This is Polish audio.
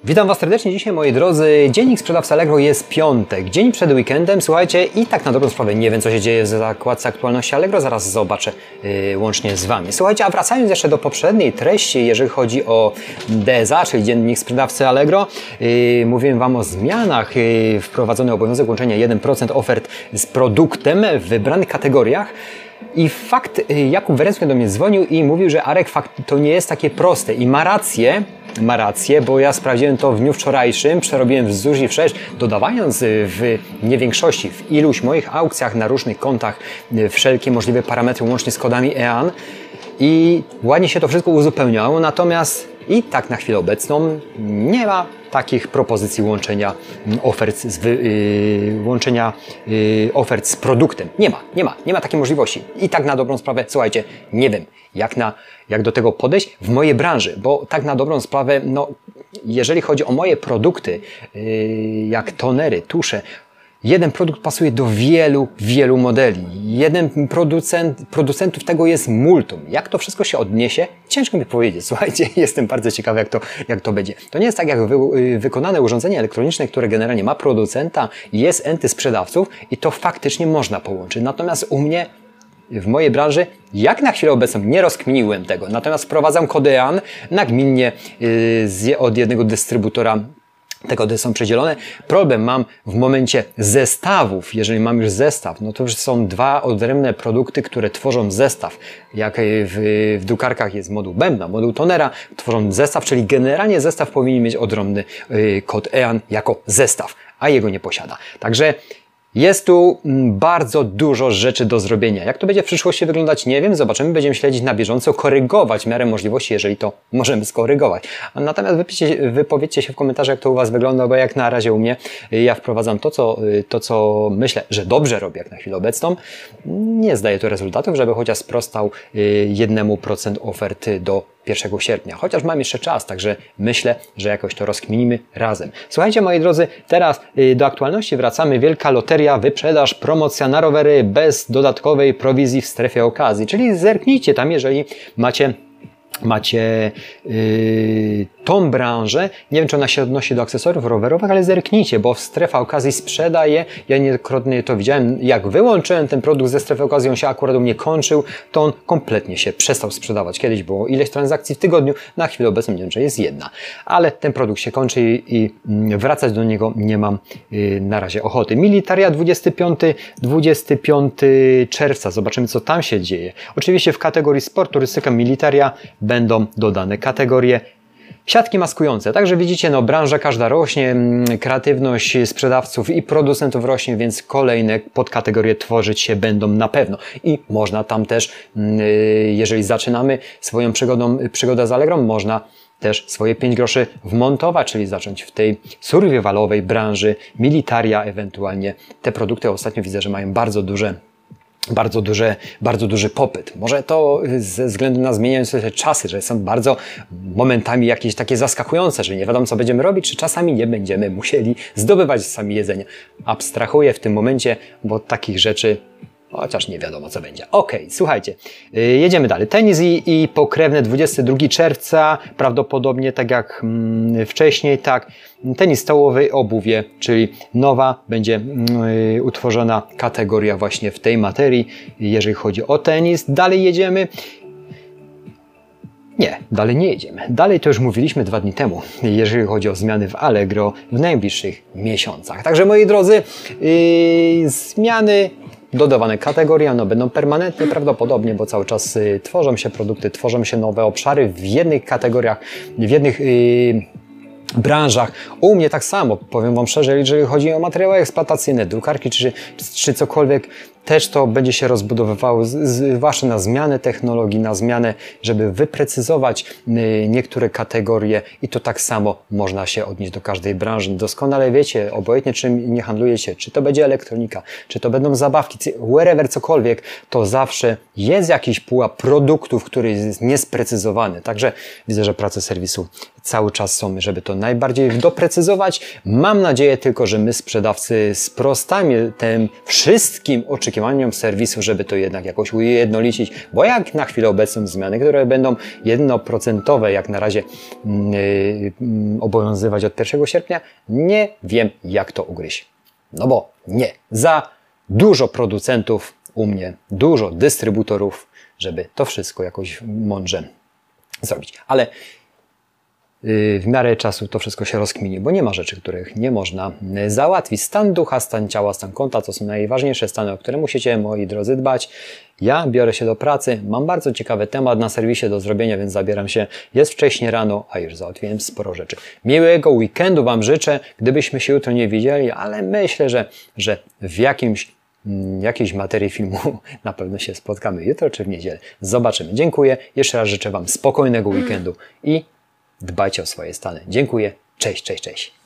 Witam Was serdecznie dzisiaj, moi drodzy. Dziennik Sprzedawcy Allegro, jest piątek, dzień przed weekendem, słuchajcie, i tak na dobrą sprawę nie wiem, co się dzieje w zakładce aktualności Allegro, zaraz zobaczę łącznie z Wami. Słuchajcie, a wracając jeszcze do poprzedniej treści, jeżeli chodzi o DSA, czyli Dziennik Sprzedawcy Allegro, mówiłem Wam o zmianach, wprowadzony obowiązek łączenia 1% ofert z produktem w wybranych kategoriach. I fakt, Jakub Werencki do mnie dzwonił i mówił, że Arek, fakt, to nie jest takie proste i ma rację, bo ja sprawdziłem to w dniu wczorajszym, przerobiłem wzdłuż i wszerz, dodawając w nie większości, w iluś moich aukcjach na różnych kontach wszelkie możliwe parametry łącznie z kodami EAN i ładnie się to wszystko uzupełniało, natomiast i tak na chwilę obecną nie ma takich propozycji łączenia ofert z produktem. Nie ma takiej możliwości. I tak na dobrą sprawę, słuchajcie, nie wiem, jak do tego podejść w mojej branży, bo tak na dobrą sprawę, no, jeżeli chodzi o moje produkty, jak tonery, tusze, jeden produkt pasuje do wielu modeli. Producentów tego jest multum. Jak to wszystko się odniesie? Ciężko mi powiedzieć. Słuchajcie, jestem bardzo ciekawy, jak to będzie. To nie jest tak, jak wykonane urządzenie elektroniczne, które generalnie ma producenta i jest enty sprzedawców i to faktycznie można połączyć. Natomiast u mnie, w mojej branży, jak na chwilę obecną nie rozkminiłem tego. Natomiast wprowadzam kody EAN nagminnie od jednego dystrybutora. Te kody są przedzielone. Problem mam w momencie zestawów. Jeżeli mam już zestaw, no to już są dwa odrębne produkty, które tworzą zestaw. Jak w drukarkach jest moduł bębna, moduł tonera, tworzą zestaw, czyli generalnie zestaw powinien mieć odrębny kod EAN jako zestaw, a jego nie posiada. Także jest tu bardzo dużo rzeczy do zrobienia. Jak to będzie w przyszłości wyglądać, nie wiem. Zobaczymy, będziemy śledzić na bieżąco, korygować w miarę możliwości, jeżeli to możemy skorygować. Natomiast wypowiedzcie się w komentarzach, jak to u Was wygląda, bo jak na razie u mnie, ja wprowadzam to, co myślę, że dobrze robię jak na chwilę obecną. Nie zdaje to rezultatów, żeby chociaż sprostał 1% oferty do 1 sierpnia. Chociaż mam jeszcze czas, także myślę, że jakoś to rozkminimy razem. Słuchajcie, moi drodzy, teraz do aktualności wracamy. Wielka loteria, wyprzedaż, promocja na rowery bez dodatkowej prowizji w strefie okazji. Czyli zerknijcie tam, jeżeli macie tą branżę, nie wiem, czy ona się odnosi do akcesoriów rowerowych, ale zerknijcie, bo strefa okazji sprzedaje. Ja niejednokrotnie to widziałem, jak wyłączyłem ten produkt ze strefy okazji, on się akurat u mnie kończył, to on kompletnie się przestał sprzedawać. Kiedyś było ileś transakcji w tygodniu, na chwilę obecną nie wiem, że jest jedna, ale ten produkt się kończy i wracać do niego nie mam na razie ochoty. Militaria 25 czerwca, zobaczymy, co tam się dzieje. Oczywiście w kategorii sport, turystyka, militaria będą dodane kategorie siatki maskujące. Także widzicie, no, branża każda rośnie, kreatywność sprzedawców i producentów rośnie, więc kolejne podkategorie tworzyć się będą na pewno. I można tam też, jeżeli zaczynamy swoją przygodę z Allegro, można też swoje 5 groszy wmontować, czyli zacząć w tej survivalowej branży, militaria ewentualnie. Te produkty ostatnio widzę, że mają bardzo duży popyt. Może to ze względu na zmieniające się czasy, że są bardzo momentami jakieś takie zaskakujące, że nie wiadomo, co będziemy robić, czy czasami nie będziemy musieli zdobywać sami jedzenia. Abstrahuję w tym momencie, bo takich rzeczy, chociaż nie wiadomo, co będzie. Okej, słuchajcie, jedziemy dalej. Tenis i pokrewne 22 czerwca, prawdopodobnie tak jak wcześniej, tak. Tenis stołowy, obuwie, czyli nowa będzie utworzona kategoria właśnie w tej materii, jeżeli chodzi o tenis. Dalej jedziemy. Nie, dalej nie jedziemy. Dalej to już mówiliśmy 2 dni temu, jeżeli chodzi o zmiany w Allegro w najbliższych miesiącach. Także, moi drodzy, zmiany, dodawane kategorie, one będą permanentne prawdopodobnie, bo cały czas tworzą się produkty, tworzą się nowe obszary w jednych kategoriach, w jednych branżach. U mnie tak samo, powiem Wam szczerze, jeżeli chodzi o materiały eksploatacyjne, drukarki czy cokolwiek, też to będzie się rozbudowywało, zwłaszcza na zmianę technologii, na zmianę, żeby wyprecyzować niektóre kategorie i to tak samo można się odnieść do każdej branży. Doskonale wiecie, obojętnie czym nie handlujecie, czy to będzie elektronika, czy to będą zabawki, wherever cokolwiek, to zawsze jest jakiś pułap produktów, który jest niesprecyzowany. Także widzę, że prace serwisu cały czas są, żeby to najbardziej doprecyzować. Mam nadzieję tylko, że my sprzedawcy sprostamy tym wszystkim oczekiwaniom oczekiwaniom serwisu, żeby to jednak jakoś ujednolicić, bo jak na chwilę obecną zmiany, które będą 1% jak na razie obowiązywać od 1 sierpnia, nie wiem jak to ugryźć. No bo nie, za dużo producentów u mnie, dużo dystrybutorów, żeby to wszystko jakoś mądrze zrobić. Ale w miarę czasu to wszystko się rozkmieni, bo nie ma rzeczy, których nie można załatwić. Stan ducha, stan ciała, stan konta to są najważniejsze stany, o które musicie, moi drodzy, dbać. Ja biorę się do pracy, mam bardzo ciekawy temat na serwisie do zrobienia, więc zabieram się. Jest wcześnie rano, a już załatwiłem sporo rzeczy. Miłego weekendu Wam życzę, gdybyśmy się jutro nie widzieli, ale myślę, że w jakiejś materii filmu na pewno się spotkamy jutro czy w niedzielę. Zobaczymy. Dziękuję. Jeszcze raz życzę Wam spokojnego weekendu i dbajcie o swoje stany. Dziękuję. Cześć, cześć, cześć.